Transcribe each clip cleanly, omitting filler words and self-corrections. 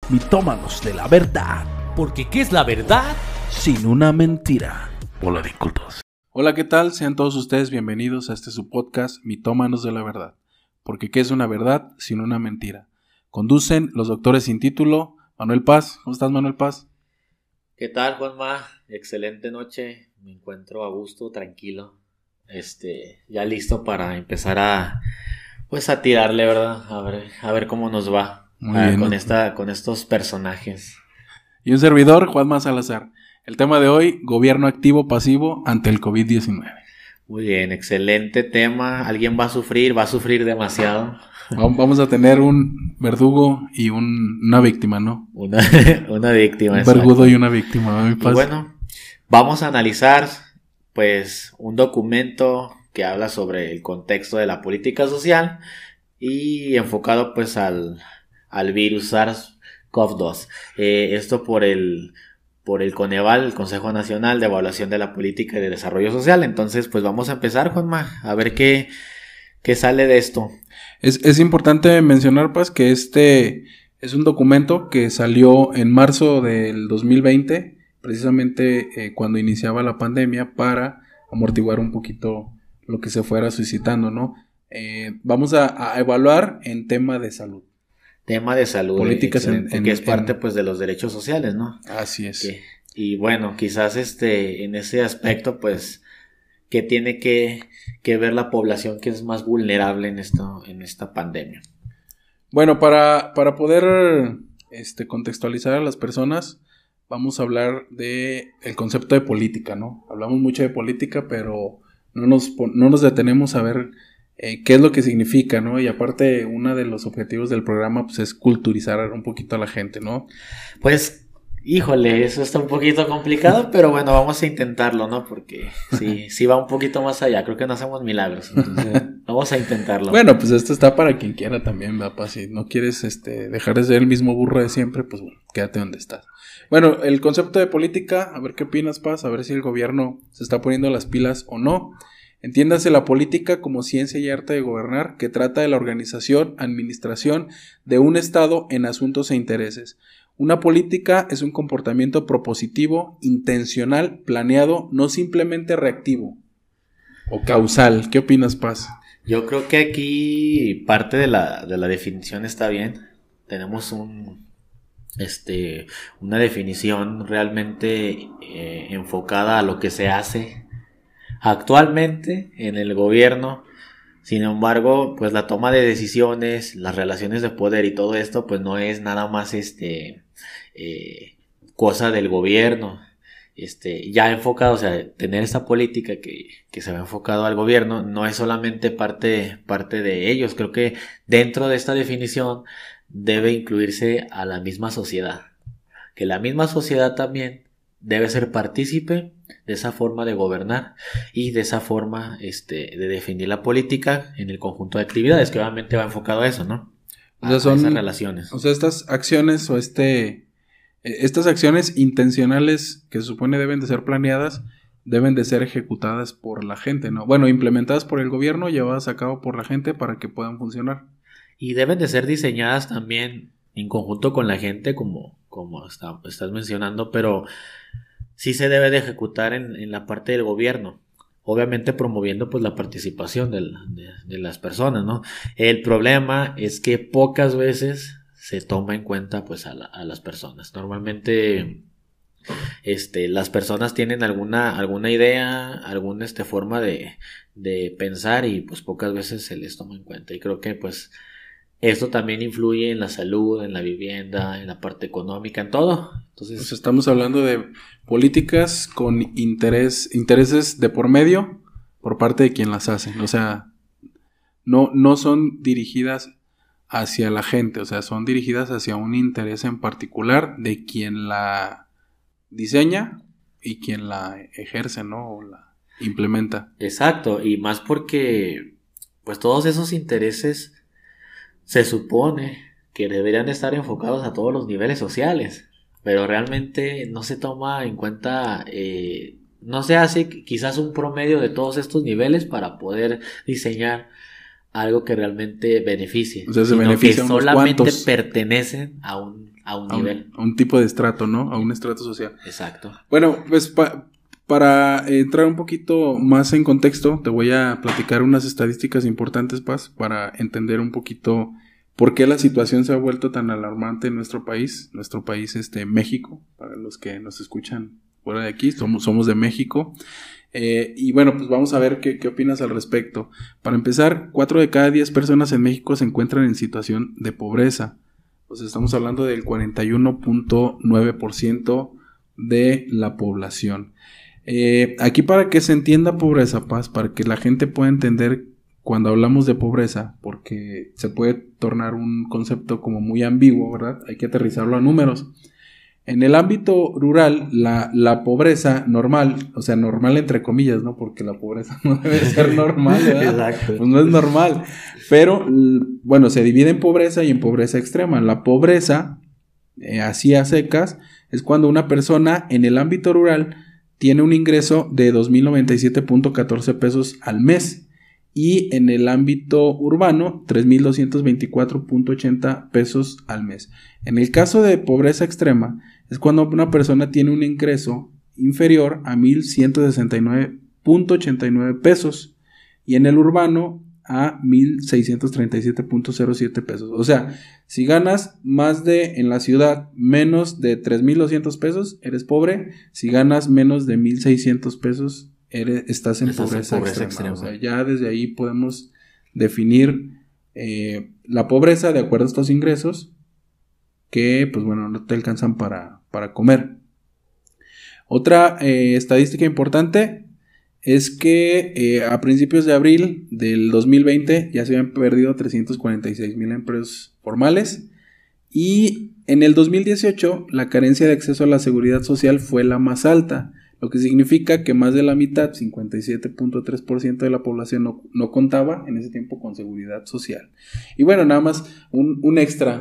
mitómanos de la verdad. Porque ¿qué es la verdad? Sin una mentira. Hola de incultos. Hola, ¿qué tal? Sean todos ustedes bienvenidos a este su podcast, Mitómanos de la verdad. Porque ¿qué es una verdad sin una mentira? Conducen los doctores sin título, Manuel Paz. ¿Cómo estás, Manuel Paz? ¿Qué tal, Juanma? Excelente noche. Me encuentro a gusto, tranquilo. Ya listo para empezar a tirarle, ¿verdad? A ver cómo nos va. Muy bien, con estos personajes. Y un servidor, Juanma Salazar. El tema de hoy, gobierno activo pasivo ante el COVID-19. Muy bien, excelente tema. ¿Alguien va a sufrir demasiado? Vamos a tener un verdugo y una víctima, ¿no? Una víctima. Un verdugo y una víctima. Y bueno, vamos a analizar pues un documento que habla sobre el contexto de la política social y enfocado pues al virus SARS-CoV-2. Esto por el Coneval, el Consejo Nacional de Evaluación de la Política y de Desarrollo Social. Entonces pues vamos a empezar, Juanma, a ver qué sale de esto. Es importante mencionar, pues, que este es un documento que salió en marzo del 2020, precisamente cuando iniciaba la pandemia, para amortiguar un poquito lo que se fuera suscitando, ¿no? Vamos a evaluar en tema de salud. Tema de salud. Políticas que es parte, pues, de los derechos sociales, ¿no? Así es. Y bueno, quizás en ese aspecto, pues, que tiene que ver la población que es más vulnerable en esta pandemia. Bueno, para poder contextualizar a las personas, vamos a hablar de el concepto de política, ¿no? Hablamos mucho de política, pero no nos detenemos a ver qué es lo que significa, ¿no? Y aparte, uno de los objetivos del programa, pues, es culturizar un poquito a la gente, ¿no? Pues, híjole, eso está un poquito complicado, pero bueno, vamos a intentarlo, ¿no? Porque sí va un poquito más allá, creo que no hacemos milagros, entonces vamos a intentarlo. Bueno, pues esto está para quien quiera también, ¿verdad? Si no quieres dejar de ser el mismo burro de siempre, pues bueno, quédate donde estás. Bueno, el concepto de política, a ver qué opinas, Paz, a ver si el gobierno se está poniendo las pilas o no. Entiéndase la política como ciencia y arte de gobernar, que trata de la organización, administración de un estado en asuntos e intereses. Una política es un comportamiento propositivo, intencional, planeado, no simplemente reactivo o causal. ¿Qué opinas, Paz? Yo creo que aquí parte de la definición está bien. Tenemos una definición realmente enfocada a lo que se hace actualmente en el gobierno. Sin embargo, pues la toma de decisiones, las relaciones de poder y todo esto, pues no es nada más cosa del gobierno. Ya enfocado, o sea, tener esta política que se va enfocado al gobierno no es solamente parte de ellos. Creo que dentro de esta definición debe incluirse a la misma sociedad, que la misma sociedad también debe ser partícipe de esa forma de gobernar y de esa forma de definir la política en el conjunto de actividades, que obviamente va enfocado a eso, ¿no? O sea, son esas relaciones. O sea, estas acciones o estas acciones intencionales que se supone deben de ser planeadas, deben de ser ejecutadas por la gente, ¿no? Bueno, implementadas por el gobierno, llevadas a cabo por la gente para que puedan funcionar. Y deben de ser diseñadas también en conjunto con la gente, como estás mencionando, pero sí se debe de ejecutar en la parte del gobierno, obviamente promoviendo pues la participación de las personas, ¿no? El problema es que pocas veces se toma en cuenta pues a las personas. Normalmente las personas tienen alguna idea, alguna forma de pensar y pues pocas veces se les toma en cuenta, y creo que pues esto también influye en la salud, en la vivienda, en la parte económica, en todo. Entonces, pues estamos hablando de políticas con intereses de por medio por parte de quien las hace. O sea, no son dirigidas hacia la gente, o sea, son dirigidas hacia un interés en particular de quien la diseña y quien la ejerce, ¿no? O la implementa. Exacto, y más porque pues todos esos intereses se supone que deberían estar enfocados a todos los niveles sociales, pero realmente no se toma en cuenta, no se hace quizás un promedio de todos estos niveles para poder diseñar algo que realmente beneficie, o sea, se sino que benefician unos solamente cuantos. pertenecen a a un nivel. A un tipo de estrato, ¿no? A un estrato social. Exacto. Bueno, pues para entrar un poquito más en contexto, te voy a platicar unas estadísticas importantes, Paz, para entender un poquito por qué la situación se ha vuelto tan alarmante en nuestro país, México, para los que nos escuchan fuera de aquí, somos de México. Y bueno, pues vamos a ver qué opinas al respecto. Para empezar, 4 de cada 10 personas en México se encuentran en situación de pobreza. Pues estamos hablando del 41.9% de la población. Aquí para que se entienda pobreza, Paz, para que la gente pueda entender cuando hablamos de pobreza, porque se puede tornar un concepto como muy ambiguo, ¿verdad? Hay que aterrizarlo a números. En el ámbito rural, la pobreza normal, o sea, normal entre comillas, ¿no? Porque la pobreza no debe ser normal, ¿verdad? Exacto. Pues no es normal. Pero, bueno, se divide en pobreza y en pobreza extrema. La pobreza, así a secas, es cuando una persona en el ámbito rural tiene un ingreso de 2.097.14 pesos al mes. Y en el ámbito urbano, 3.224.80 pesos al mes. En el caso de pobreza extrema, es cuando una persona tiene un ingreso inferior a 1.169.89 pesos. Y en el urbano, a 1.637.07 pesos. O sea, si ganas en la ciudad, menos de 3.200 pesos, eres pobre. Si ganas menos de 1.600 pesos, estás en pobreza extrema. O sea, ya desde ahí podemos definir la pobreza de acuerdo a estos ingresos que, pues bueno, no te alcanzan para comer. Otra estadística importante es que a principios de abril del 2020 ya se habían perdido 346,000 empleos formales, y en el 2018 la carencia de acceso a la seguridad social fue la más alta, lo que significa que más de la mitad, 57.3% de la población no contaba en ese tiempo con seguridad social. Y bueno, nada más un extra,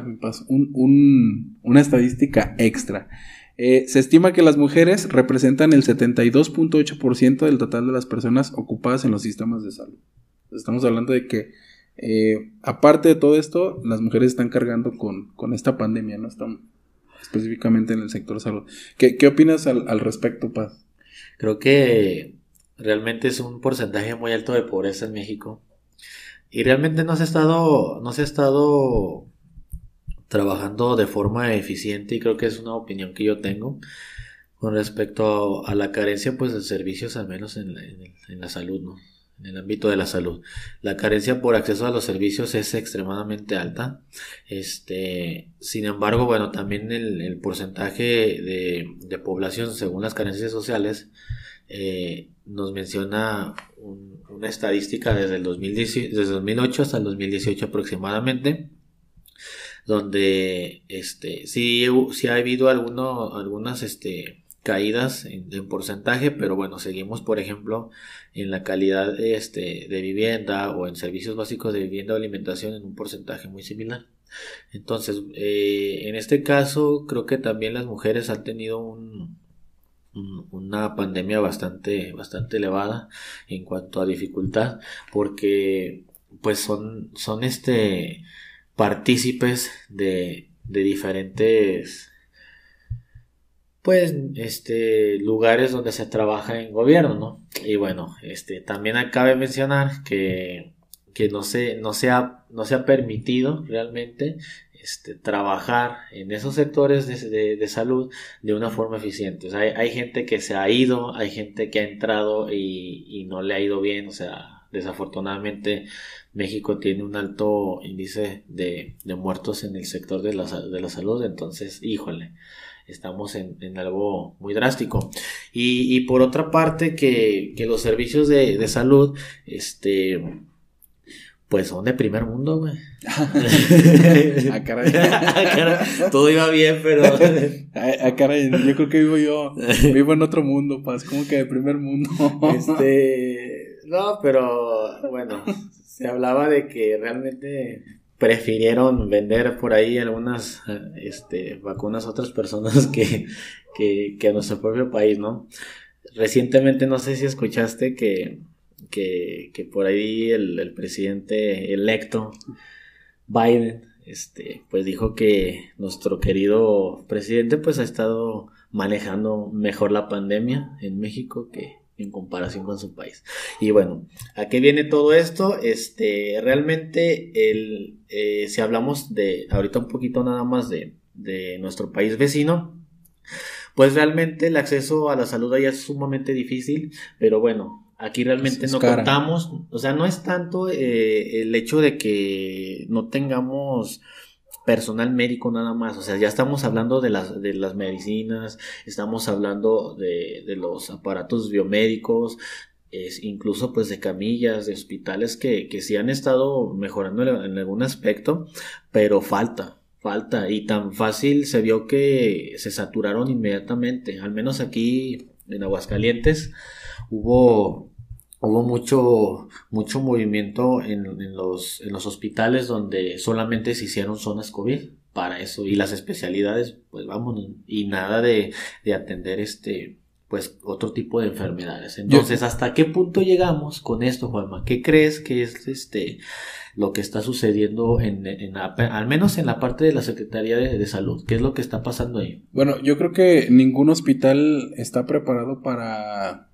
una estadística extra. Se estima que las mujeres representan el 72.8% del total de las personas ocupadas en los sistemas de salud. Estamos hablando de que, aparte de todo esto, las mujeres están cargando con esta pandemia, ¿no? Están específicamente en el sector salud. ¿Qué opinas al respecto, Paz? Creo que realmente es un porcentaje muy alto de pobreza en México. Y realmente no se ha estado trabajando de forma eficiente, y creo que es una opinión que yo tengo con respecto a la carencia, pues, de servicios, al menos en la salud, ¿no? En el ámbito de la salud. La carencia por acceso a los servicios es extremadamente alta. Sin embargo, bueno, también el porcentaje de población según las carencias sociales nos menciona una estadística desde el 2008 hasta el 2018 aproximadamente, donde sí ha habido algunas caídas en porcentaje, pero bueno, seguimos, por ejemplo, en la calidad de vivienda o en servicios básicos de vivienda o alimentación en un porcentaje muy similar. Entonces, en este caso, creo que también las mujeres han tenido una pandemia bastante elevada en cuanto a dificultad, porque pues son partícipes de diferentes, pues, lugares donde se trabaja en gobierno, ¿no? Y bueno, también cabe mencionar que no se ha permitido realmente trabajar en esos sectores de salud de una forma eficiente. O sea, hay gente que se ha ido, hay gente que ha entrado y no le ha ido bien. O sea, desafortunadamente México tiene un alto índice de muertos en el sector de la salud. Entonces, híjole, estamos en algo muy drástico. Y por otra parte, que los servicios de salud, pues son de primer mundo, güey. Ah, caray. Todo iba bien, pero... Ah, caray, yo creo que vivo en otro mundo, Paz, como que de primer mundo. No, pero bueno, se hablaba de que realmente prefirieron vender por ahí algunas vacunas a otras personas que a nuestro propio país, ¿no? Recientemente, no sé si escuchaste que por ahí el presidente electo Biden pues dijo que nuestro querido presidente pues ha estado manejando mejor la pandemia en México que en comparación con su país. Y bueno, ¿a qué viene todo esto? Realmente si hablamos de ahorita un poquito nada más de nuestro país vecino, pues realmente el acceso a la salud allá es sumamente difícil, pero bueno, aquí realmente no contamos, o sea, no es tanto el hecho de que no tengamos personal médico nada más, o sea, ya estamos hablando de las medicinas, estamos hablando de los aparatos biomédicos, incluso pues de camillas, de hospitales que sí han estado mejorando en algún aspecto, pero falta, y tan fácil se vio que se saturaron inmediatamente, al menos aquí en Aguascalientes hubo mucho movimiento en los hospitales donde solamente se hicieron zonas COVID para eso, y las especialidades pues vámonos, y nada de atender pues otro tipo de enfermedades. Entonces, ¿hasta qué punto llegamos con esto, Juanma? ¿Qué crees que es lo que está sucediendo al menos en la parte de la Secretaría de Salud? ¿Qué es lo que está pasando ahí? Bueno, yo creo que ningún hospital está preparado para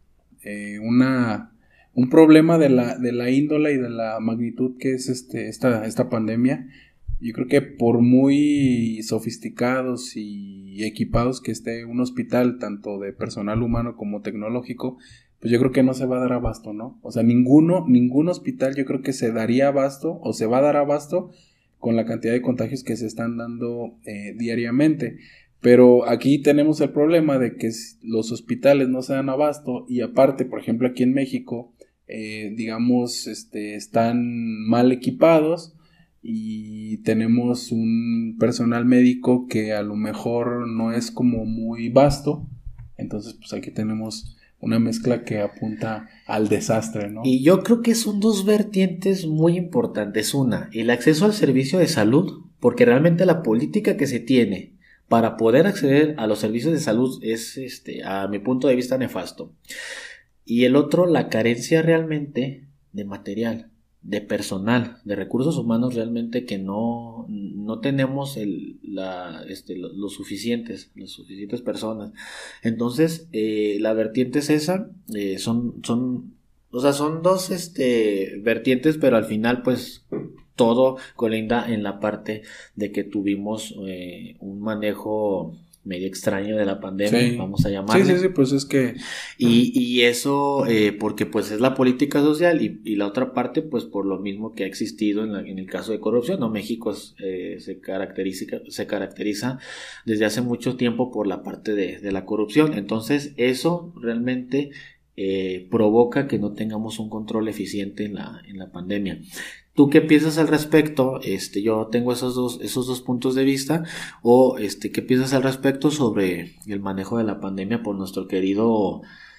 un problema de la índole y de la magnitud que es esta pandemia. Yo creo que por muy sofisticados y equipados que esté un hospital, tanto de personal humano como tecnológico, pues yo creo que no se va a dar abasto, ¿no? O sea, ningún hospital yo creo que se daría abasto o se va a dar abasto con la cantidad de contagios que se están dando diariamente. Pero aquí tenemos el problema de que los hospitales no se dan abasto, y aparte, por ejemplo, aquí en México, digamos, están mal equipados y tenemos un personal médico que a lo mejor no es como muy vasto. Entonces, pues aquí tenemos una mezcla que apunta al desastre, ¿no? Y yo creo que son dos vertientes muy importantes. Una, el acceso al servicio de salud, porque realmente la política que se tiene para poder acceder a los servicios de salud es, a mi punto de vista, nefasto. Y el otro, la carencia realmente de material, de personal, de recursos humanos realmente que no tenemos los suficientes personas. Entonces, la vertiente es esa, son dos vertientes, pero al final pues todo colinda en la parte de que tuvimos un manejo medio extraño de la pandemia, sí, vamos a llamarle. Sí, pues es que... Y eso, porque pues es la política social, y la otra parte, pues por lo mismo que ha existido en el caso de corrupción, ¿no? México se caracteriza desde hace mucho tiempo por la parte de la corrupción. Entonces eso realmente provoca que no tengamos un control eficiente en la pandemia. ¿Tú qué piensas al respecto? Yo tengo esos dos puntos de vista. O ¿qué piensas al respecto sobre el manejo de la pandemia por nuestro querido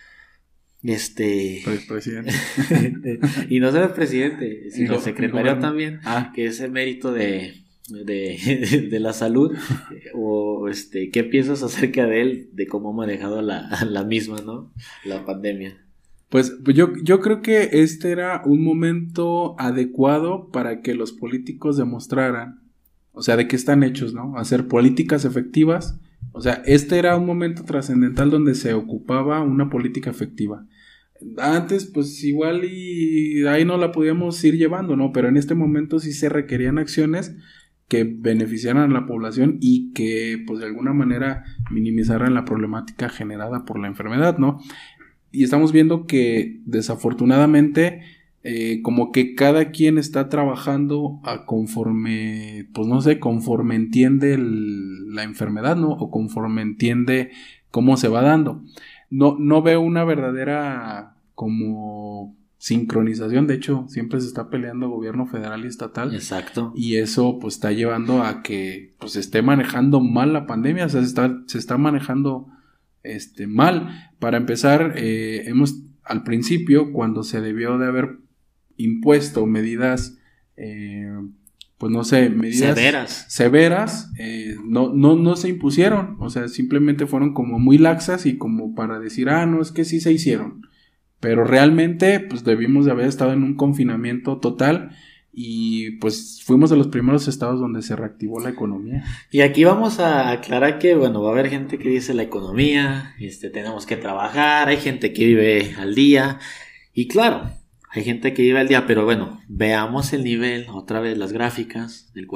presidente? Y no solo el presidente, sino el secretario también, que es emérito de la salud. O ¿qué piensas acerca de él, de cómo ha manejado la misma, ¿no? La pandemia. Pues yo creo que este era un momento adecuado para que los políticos demostraran, o sea, de qué están hechos, ¿no? Hacer políticas efectivas. O sea, este era un momento trascendental donde se ocupaba una política efectiva. Antes, pues igual y ahí no la podíamos ir llevando, ¿no? Pero en este momento sí se requerían acciones que beneficiaran a la población y que, pues de alguna manera, minimizaran la problemática generada por la enfermedad, ¿no? Y estamos viendo que desafortunadamente como que cada quien está trabajando conforme, pues no sé, conforme entiende la enfermedad, ¿no? O conforme entiende cómo se va dando. No veo una verdadera como sincronización. De hecho, siempre se está peleando gobierno federal y estatal. Exacto. Y eso pues está llevando a que pues se esté manejando mal la pandemia. O sea, se está manejando mal. Para empezar, al principio, cuando se debió de haber impuesto medidas, pues no sé, medidas severas, no se impusieron. O sea, simplemente fueron como muy laxas y como para decir, no, es que sí se hicieron. Pero realmente, pues debimos de haber estado en un confinamiento total y pues fuimos de los primeros estados donde se reactivó la economía. Y aquí vamos a aclarar que, bueno, va a haber gente que dice la economía, tenemos que trabajar, hay gente que vive al día, y claro, hay gente que vive al día, pero bueno, veamos el nivel, otra vez las gráficas, del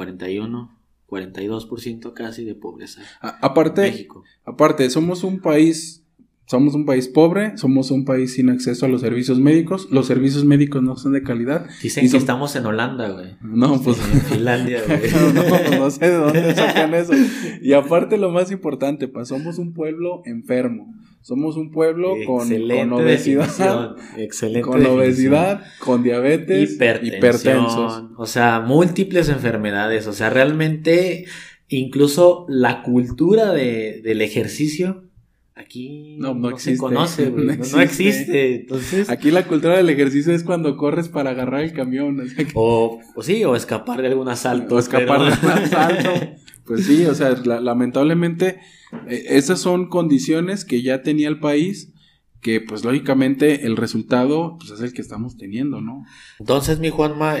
42% casi de pobreza Aparte, en México. Aparte, somos un país pobre, somos un país sin acceso a los servicios médicos no son de calidad. Dicen que estamos en Holanda, güey. No, pues en Finlandia, güey. no sé de dónde sacan eso. Y aparte lo más importante, pues somos un pueblo enfermo. Somos un pueblo con obesidad, con diabetes, hipertensos. O sea, múltiples enfermedades. O sea, realmente, incluso la cultura del ejercicio aquí no existe. Se conoce, güey. No existe. Entonces, aquí la cultura del ejercicio es cuando corres para agarrar el camión. O escapar de algún asalto. Pues sí, o sea, lamentablemente esas son condiciones que ya tenía el país, que pues lógicamente el resultado pues es el que estamos teniendo, ¿no? Entonces, mi Juanma,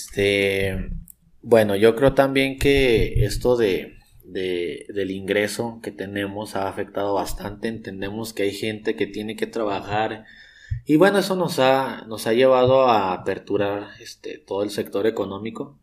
bueno, yo creo también que esto del ingreso que tenemos ha afectado bastante. Entendemos que hay gente que tiene que trabajar y bueno, eso nos ha llevado a aperturar todo el sector económico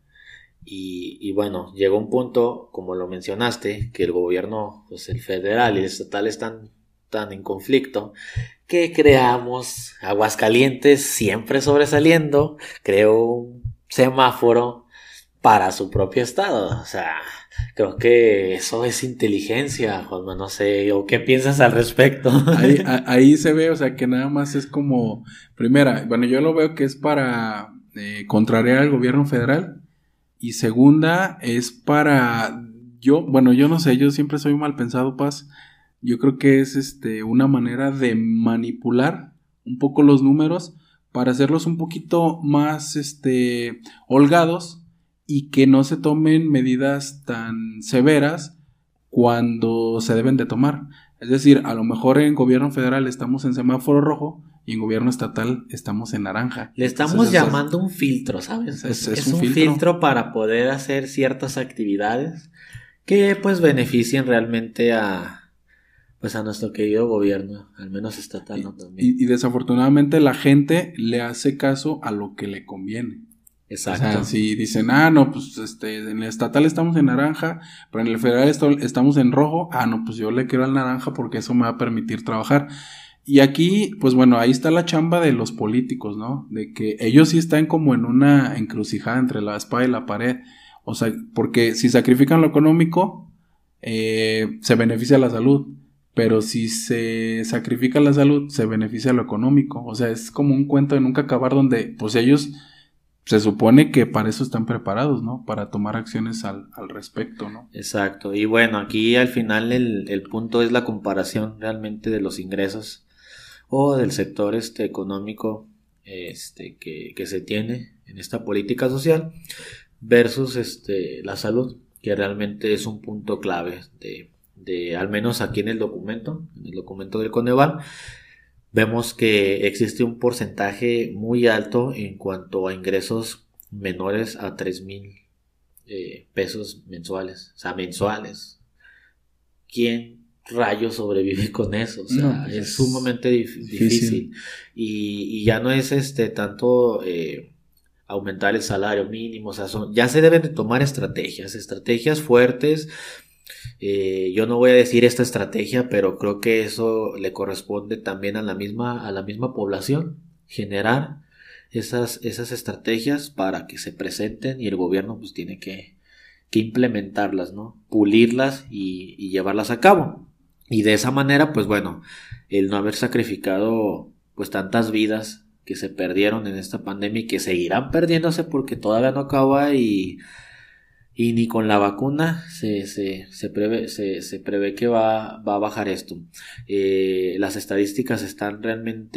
y bueno, llegó un punto, como lo mencionaste, que el gobierno, pues el federal y el estatal están tan en conflicto que creamos Aguascalientes, siempre sobresaliendo, creó un semáforo para su propio estado. O sea, creo que eso es inteligencia, Juanma, no sé, ¿o qué piensas al respecto? Ahí se ve, o sea, que nada más es como, primera, bueno, yo lo veo que es para contrariar al gobierno federal, y segunda es para, yo no sé, yo siempre soy mal pensado, Paz, yo creo que es una manera de manipular un poco los números para hacerlos un poquito más holgados, y que no se tomen medidas tan severas cuando se deben de tomar. Es decir, a lo mejor en gobierno federal estamos en semáforo rojo y en gobierno estatal estamos en naranja. Le estamos llamando un filtro, ¿sabes? Es un filtro para poder hacer ciertas actividades que pues beneficien realmente a nuestro querido gobierno, al menos estatal, ¿no? También. Y desafortunadamente la gente le hace caso a lo que le conviene. Exacto. O sea, si dicen, no, pues en el estatal estamos en naranja, pero en el federal estamos en rojo, no, pues yo le quiero al naranja porque eso me va a permitir trabajar. Y aquí, pues bueno, ahí está la chamba de los políticos, ¿no? De que ellos sí están como en una encrucijada entre la espada y la pared. O sea, porque si sacrifican lo económico, se beneficia la salud. Pero si se sacrifica la salud, se beneficia lo económico. O sea, es como un cuento de nunca acabar donde, pues ellos se supone que para eso están preparados, ¿no? Para tomar acciones al respecto, ¿no? Exacto. Y bueno, aquí al final el punto es la comparación realmente de los ingresos o del sector económico que se tiene en esta política social versus la salud, que realmente es un punto clave de al menos aquí en el documento del Coneval. Vemos que existe un porcentaje muy alto en cuanto a ingresos menores a 3,000 pesos mensuales. O sea, mensuales. ¿Quién rayos sobrevive con eso? O sea, no, pues es sumamente difícil. Y ya no es tanto aumentar el salario mínimo. O sea, ya se deben de tomar estrategias fuertes. Yo no voy a decir esta estrategia, pero creo que eso le corresponde también a la misma población, generar esas estrategias para que se presenten y el gobierno pues tiene que implementarlas, ¿no? Pulirlas y llevarlas a cabo. Y de esa manera, pues bueno, el no haber sacrificado pues tantas vidas que se perdieron en esta pandemia y que seguirán perdiéndose porque todavía no acaba y ni con la vacuna se prevé que va a bajar esto. Las estadísticas están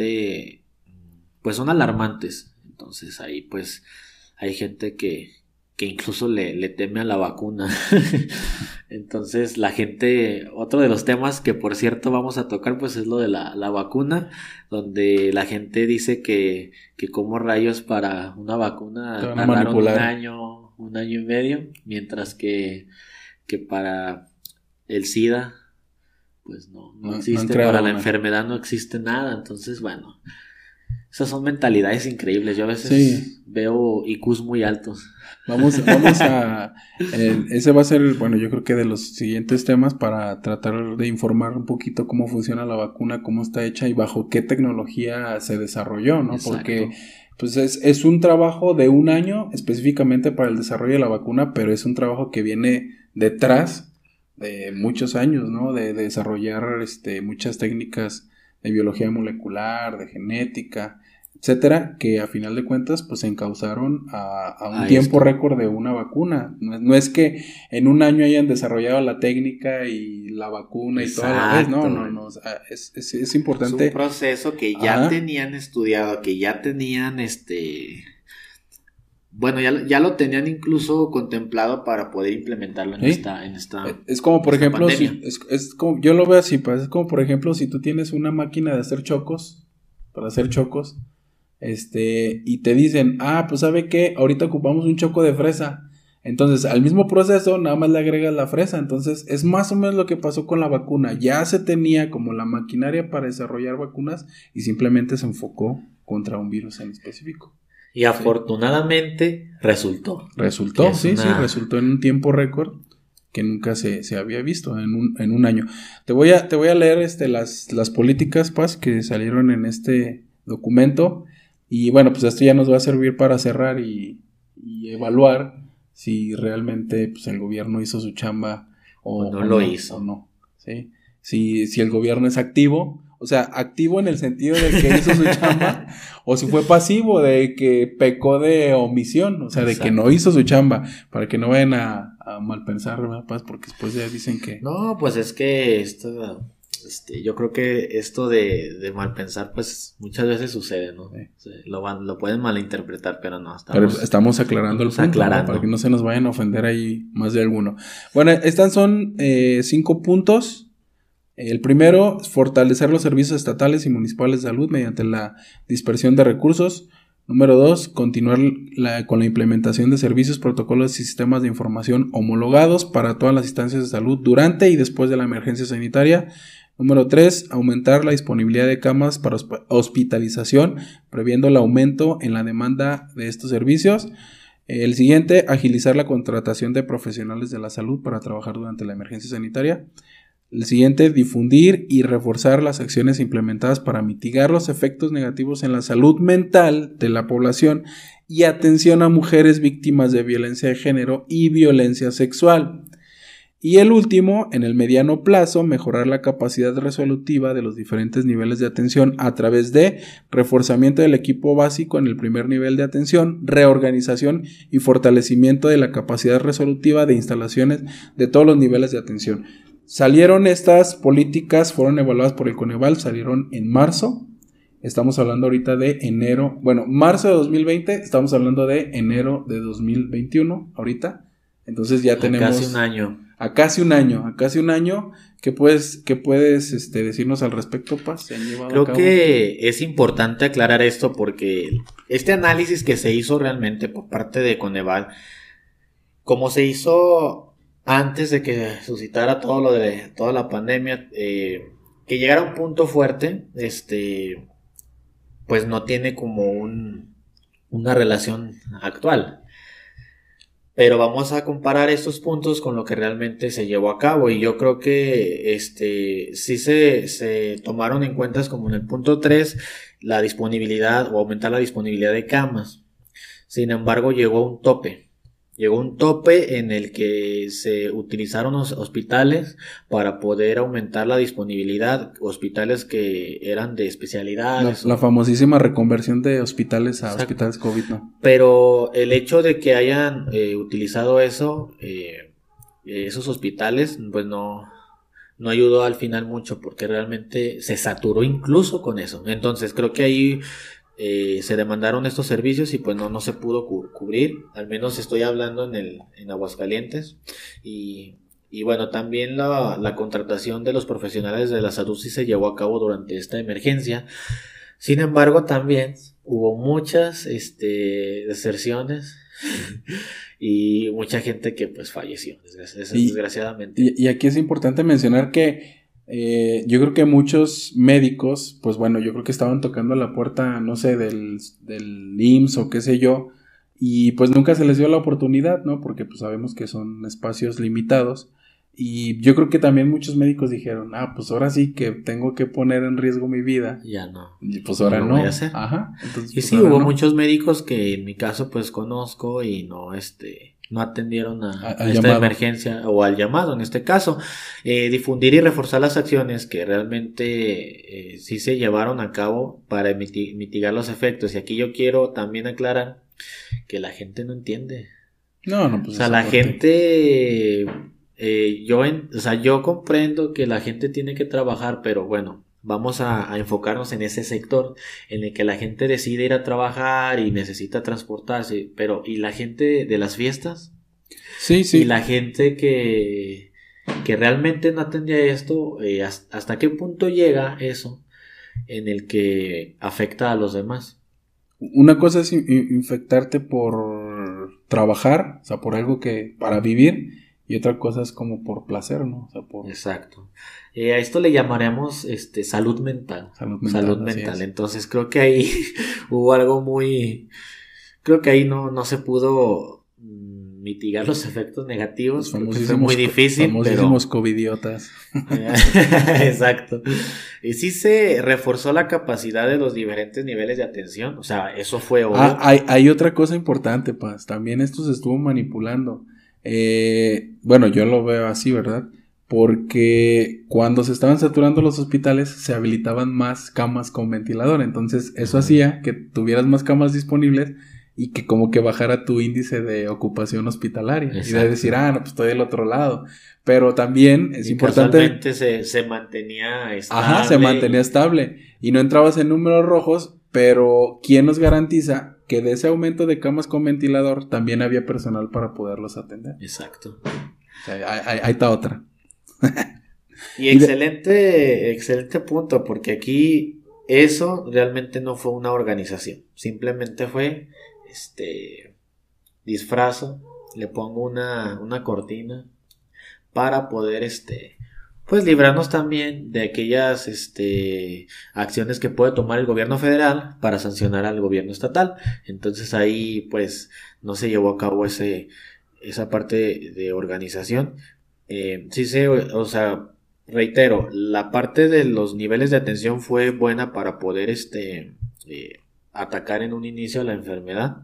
realmente, pues son alarmantes. Entonces ahí pues hay gente que que incluso le teme a la vacuna. Entonces la gente, otro de los temas que por cierto vamos a tocar pues es lo de la vacuna, donde la gente dice que como rayos para una vacuna Te van a tardaron manipular. un año y medio, mientras que para el SIDA pues no No han existe, creado para la una. enfermedad no existe nada. Entonces bueno, esas son mentalidades increíbles. Yo a veces Sí. veo IQs muy altos. Vamos a... ese va a ser, bueno, yo creo que de los siguientes temas para tratar de informar un poquito cómo funciona la vacuna, cómo está hecha y bajo qué tecnología se desarrolló, ¿no? Exacto. Porque pues es un trabajo de un año específicamente para el desarrollo de la vacuna, pero es un trabajo que viene detrás de muchos años, ¿no? De desarrollar muchas técnicas de biología molecular, de genética, etcétera, que a final de cuentas pues encauzaron a un A tiempo esto. récord de una vacuna. No es que en un año hayan desarrollado la técnica y la vacuna y toda la vez, Exacto. no, o sea, es Es importante. un proceso que ya Ajá. tenían estudiado, que ya tenían bueno, ya lo tenían incluso contemplado para poder implementarlo en ¿Sí? esta Es como, por esta ejemplo, pandemia. es como, yo lo veo así, pues, es como, por ejemplo, si tú tienes una máquina de hacer chocos, para hacer chocos, y te dicen, pues ¿sabe qué? Ahorita ocupamos un choco de fresa. Entonces, al mismo proceso, nada más le agregas la fresa. Entonces, es más o menos lo que pasó con la vacuna. Ya se tenía como la maquinaria para desarrollar vacunas y simplemente se enfocó contra un virus en específico. Y afortunadamente resultó. Resultó, Que es sí, una- resultó en un tiempo récord que nunca se había visto en un año. Te voy a leer las políticas, Paz, que salieron en este documento. Y bueno, pues esto ya nos va a servir para cerrar y evaluar si realmente pues, el gobierno hizo su chamba O no lo hizo. o no, ¿sí? Si el gobierno es activo, o sea, activo en el sentido de que hizo su chamba, o si fue pasivo, de que pecó de omisión, o sea, de que no hizo su chamba, para que no vayan a mal pensar, ¿verdad, Paz? Porque después ya dicen que... No, pues es que yo creo que esto de mal pensar, pues muchas veces sucede, ¿no? Sí. Lo pueden malinterpretar, pero no, Pero estamos aclarando el punto, ¿no? aclarando. Para que no se nos vayan a ofender ahí más de alguno. Bueno, estas son 5 puntos. El primero, fortalecer los servicios estatales y municipales de salud mediante la dispersión de recursos. Número 2, continuar con la implementación de servicios, protocolos y sistemas de información homologados para todas las instancias de salud durante y después de la emergencia sanitaria. Número 3, aumentar la disponibilidad de camas para hospitalización, previendo el aumento en la demanda de estos servicios. El siguiente, agilizar la contratación de profesionales de la salud para trabajar durante la emergencia sanitaria. El siguiente, difundir y reforzar las acciones implementadas para mitigar los efectos negativos en la salud mental de la población y atención a mujeres víctimas de violencia de género y violencia sexual. Y el último, en el mediano plazo, mejorar la capacidad resolutiva de los diferentes niveles de atención a través de reforzamiento del equipo básico en el primer nivel de atención, reorganización y fortalecimiento de la capacidad resolutiva de instalaciones de todos los niveles de atención. Salieron estas políticas, fueron evaluadas por el Coneval, salieron en marzo. Estamos hablando ahorita de enero, bueno, marzo de 2020, estamos hablando de enero de 2021, ahorita. Entonces ya tenemos... Casi un año. A casi un año. ¿Qué puedes decirnos al respecto, Paz? Creo que es importante aclarar esto porque este análisis que se hizo realmente por parte de Coneval, como se hizo antes de que suscitara todo lo de toda la pandemia, que llegara a un punto fuerte, pues no tiene como una relación actual. Pero vamos a comparar estos puntos con lo que realmente se llevó a cabo. Y yo creo que sí se tomaron en cuenta, como en el punto 3, la disponibilidad o aumentar la disponibilidad de camas. Sin embargo, llegó a un tope. Llegó un tope en el que se utilizaron los hospitales para poder aumentar la disponibilidad, hospitales que eran de especialidades. La famosísima reconversión de hospitales a Exacto. hospitales COVID, ¿no? Pero el hecho de que hayan utilizado esos hospitales, pues no ayudó al final mucho porque realmente se saturó incluso con eso. Entonces creo que ahí se demandaron estos servicios y pues no se pudo cubrir, al menos estoy hablando en Aguascalientes. Y bueno, también la contratación de los profesionales de la salud sí se llevó a cabo durante esta emergencia. Sin embargo, también hubo muchas deserciones y mucha gente que pues falleció, desgraciadamente. Y aquí es importante mencionar que yo creo que muchos médicos, pues bueno, yo creo que estaban tocando la puerta, no sé, del IMSS o qué sé yo, y pues nunca se les dio la oportunidad, ¿no? Porque pues sabemos que son espacios limitados. Y yo creo que también muchos médicos dijeron, pues ahora sí que tengo que poner en riesgo mi vida. Ya no. Y pues ahora no. no. Voy a hacer. Ajá. Entonces, y pues sí, hubo no. Muchos médicos que en mi caso pues conozco y no atendieron a esta llamado. Emergencia o al llamado en este caso. Difundir y reforzar las acciones que realmente sí se llevaron a cabo para mitigar los efectos. Y aquí yo quiero también aclarar que la gente no entiende. No, pues o sea, la gente... yo comprendo que la gente tiene que trabajar, pero bueno, vamos a enfocarnos en ese sector en el que la gente decide ir a trabajar y necesita transportarse, pero ¿y la gente de las fiestas? Sí. Y la gente que realmente no atendía esto, ¿hasta qué punto llega eso en el que afecta a los demás? Una cosa es infectarte por trabajar, o sea, por algo que para vivir. Y otra cosa es como por placer, ¿no? O sea, Exacto. A esto le llamaremos salud mental. Salud mental. Entonces creo que ahí hubo algo muy... Creo que ahí no se pudo mitigar los efectos negativos. Fue muy difícil. Famosísimos covidiotas. Exacto. Y sí se reforzó la capacidad de los diferentes niveles de atención. O sea, eso fue obvio. Hay otra cosa importante, Paz. También esto se estuvo manipulando. Bueno, yo lo veo así, ¿verdad? Porque cuando se estaban saturando los hospitales se habilitaban más camas con ventilador, entonces eso hacía que tuvieras más camas disponibles y que como que bajara tu índice de ocupación hospitalaria. Exacto. Y de decir, pues estoy del otro lado. Pero también es importante... Casualmente se mantenía estable. Ajá, se mantenía estable y no entrabas en números rojos, pero ¿quién nos garantiza que de ese aumento de camas con ventilador también había personal para poderlos atender? Exacto. O sea, ahí está otra. Y excelente punto, porque aquí eso realmente no fue una organización, simplemente fue disfrazo, le pongo una cortina para poder pues librarnos también de aquellas acciones que puede tomar el gobierno federal para sancionar al gobierno estatal. Entonces ahí pues no se llevó a cabo esa parte de organización. O sea, reitero, la parte de los niveles de atención fue buena para poder atacar en un inicio la enfermedad,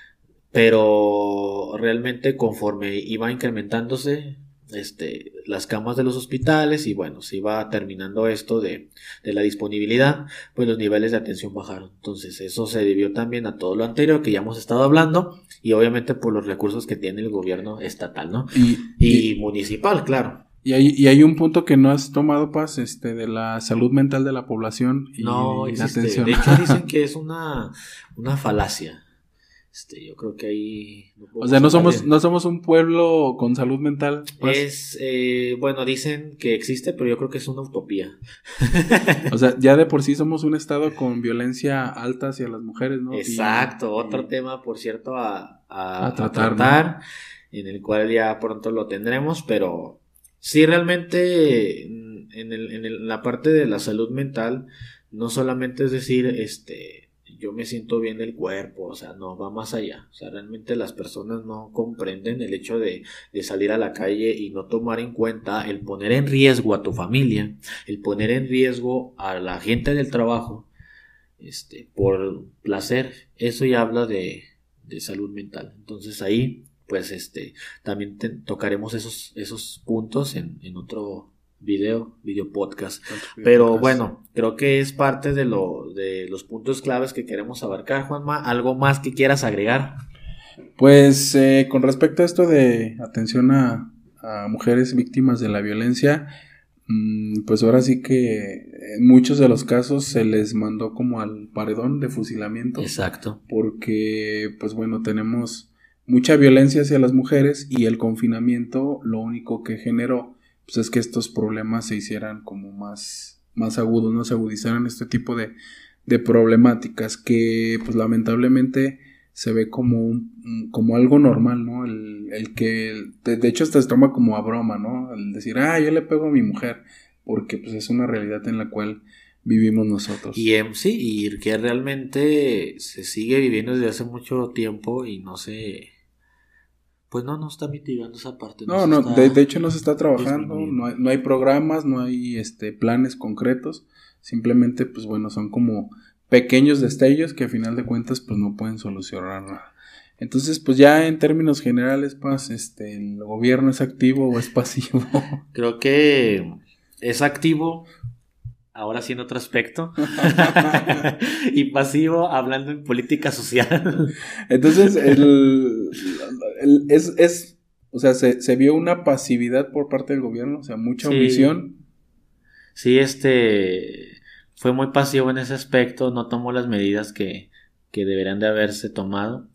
pero realmente conforme iba incrementándose las camas de los hospitales y bueno, se iba terminando esto de la disponibilidad, pues los niveles de atención bajaron. Entonces eso se debió también a todo lo anterior que ya hemos estado hablando y obviamente por los recursos que tiene el gobierno estatal, ¿no? Y municipal, claro. Y hay un punto que no has tomado, Paz, de la salud mental de la población y no existe. Atención. De hecho dicen que es una falacia. Yo creo que ahí... O sea, no somos un pueblo con salud mental. Pues. Bueno, dicen que existe, pero yo creo que es una utopía. O sea, ya de por sí somos un estado con violencia alta hacia las mujeres, ¿no? Exacto, otro tema, por cierto, a tratar, ¿no? En el cual ya pronto lo tendremos, pero sí, realmente en la parte de la salud mental, no solamente es decir, yo me siento bien del cuerpo, o sea, no, va más allá. O sea, realmente las personas no comprenden el hecho de salir a la calle y no tomar en cuenta el poner en riesgo a tu familia, el poner en riesgo a la gente del trabajo, por placer. Eso ya habla de salud mental. Entonces ahí, pues, también tocaremos esos puntos en otro video podcast, pero bueno, creo que es parte de los puntos claves que queremos abarcar. Juanma, ¿algo más que quieras agregar? Pues con respecto a esto de atención a mujeres víctimas de la violencia, Pues ahora sí que en muchos de los casos se les mandó como al paredón de fusilamiento. Exacto. Porque, pues bueno, tenemos mucha violencia hacia las mujeres y el confinamiento lo único que generó pues es que estos problemas se hicieran como más agudos, no se agudizaran este tipo de problemáticas que pues lamentablemente se ve como algo normal, ¿no? El que, de hecho hasta se toma como a broma, ¿no? El decir, yo le pego a mi mujer, porque pues es una realidad en la cual vivimos nosotros. Y sí, y que realmente se sigue viviendo desde hace mucho tiempo y no se... Pues no está mitigando esa parte. De hecho no se está trabajando, no hay programas, no hay planes concretos, simplemente pues bueno, son como pequeños destellos que a final de cuentas pues no pueden solucionar nada. Entonces pues ya en términos generales, Paz, ¿el gobierno es activo o es pasivo? Creo que es activo, ahora sí en otro aspecto, y pasivo hablando en política social. Entonces o sea, se vio una pasividad por parte del gobierno, o sea, mucha omisión. Sí, fue muy pasivo en ese aspecto, no tomó las medidas que deberían de haberse tomado.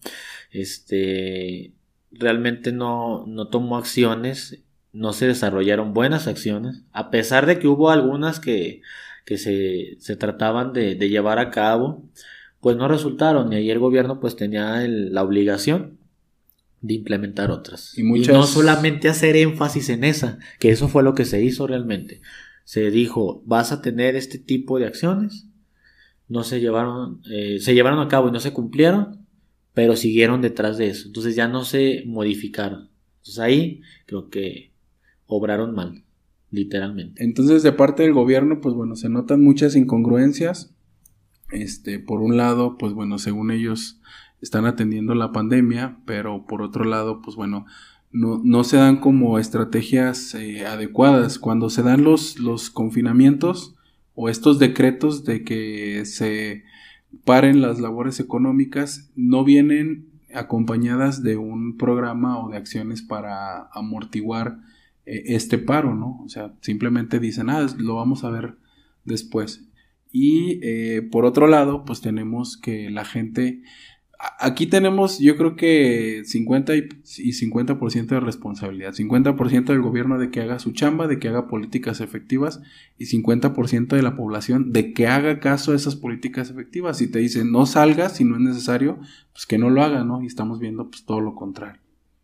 Realmente no tomó acciones, no se desarrollaron buenas acciones, a pesar de que hubo algunas que se trataban de llevar a cabo, pues no resultaron, y ahí el gobierno pues tenía la obligación de implementar otras. Y no solamente hacer énfasis en esa, que eso fue lo que se hizo realmente. Se dijo, vas a tener este tipo de acciones, no se llevaron a cabo y no se cumplieron, pero siguieron detrás de eso, entonces ya no se modificaron. Entonces ahí creo que obraron mal, literalmente. Entonces de parte del gobierno, pues bueno, se notan muchas incongruencias. Por un lado, pues bueno, según ellos están atendiendo la pandemia, pero por otro lado, pues bueno, no se dan como estrategias adecuadas. Cuando se dan los confinamientos o estos decretos de que se paren las labores económicas, no vienen acompañadas de un programa o de acciones para amortiguar este paro, ¿no? O sea, simplemente dicen, lo vamos a ver después. Y por otro lado, pues tenemos que la gente... Aquí tenemos, yo creo que 50 y 50% de responsabilidad. 50% del gobierno de que haga su chamba, de que haga políticas efectivas, y 50% de la población de que haga caso a esas políticas efectivas. Si te dicen no salgas, si no es necesario, pues que no lo haga, ¿no? Y estamos viendo pues todo lo contrario.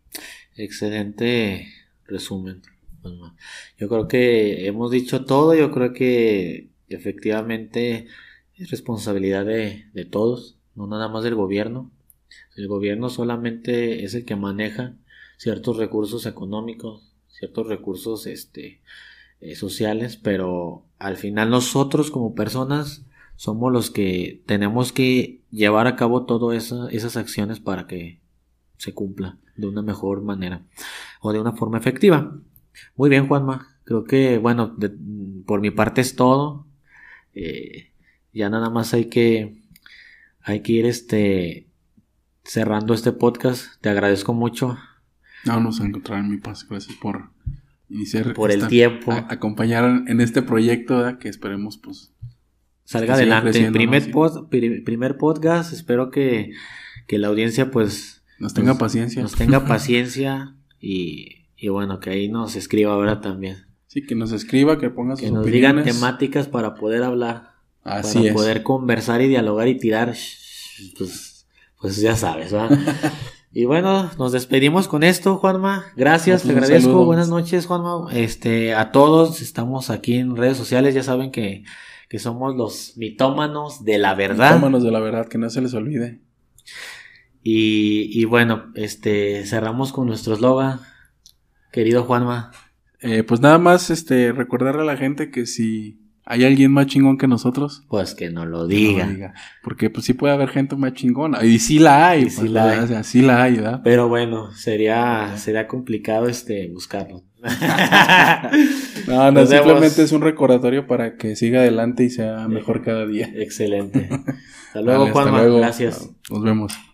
Excelente resumen. Bueno, yo creo que hemos dicho todo. Yo creo que efectivamente es responsabilidad de todos, no nada más del gobierno. El gobierno solamente es el que maneja ciertos recursos económicos, ciertos recursos sociales, pero al final nosotros como personas somos los que tenemos que llevar a cabo todas esas acciones para que se cumpla de una mejor manera o de una forma efectiva. Muy bien, Juanma, creo que bueno, por mi parte es todo. Ya nada más hay que ir cerrando este podcast. Te agradezco mucho. Nos encontrarán en mi paz. Gracias por iniciar, por el tiempo, acompañar en este proyecto, ¿verdad? Que esperemos pues salga adelante. Primer podcast. Espero que la audiencia pues nos tenga paciencia. Nos tenga paciencia y bueno, que ahí nos escriba ahora también. Sí, que nos escriba, que ponga sus opiniones. Que nos digan temáticas para poder hablar. Así para es. Poder conversar y dialogar y tirar, pues ya sabes, ¿va? Y bueno, nos despedimos con esto, Juanma. Gracias, te agradezco. Saludos. Buenas noches, Juanma. A todos, estamos aquí en redes sociales, ya saben que somos los mitómanos de la verdad. Mitómanos de la verdad, que no se les olvide. Y bueno, cerramos con nuestro eslogan, querido Juanma. Pues nada más, recordarle a la gente que si hay alguien más chingón que nosotros, pues que nos lo diga. No lo diga. Porque pues sí puede haber gente más chingona. Y sí la hay. Sí la hay. O sea, sí la hay, ¿verdad? Pero bueno, sería complicado buscarlo. No, simplemente es un recordatorio para que siga adelante y sea mejor cada día. Excelente. Hasta luego, Juanma. Hasta luego. Gracias. Nos vemos.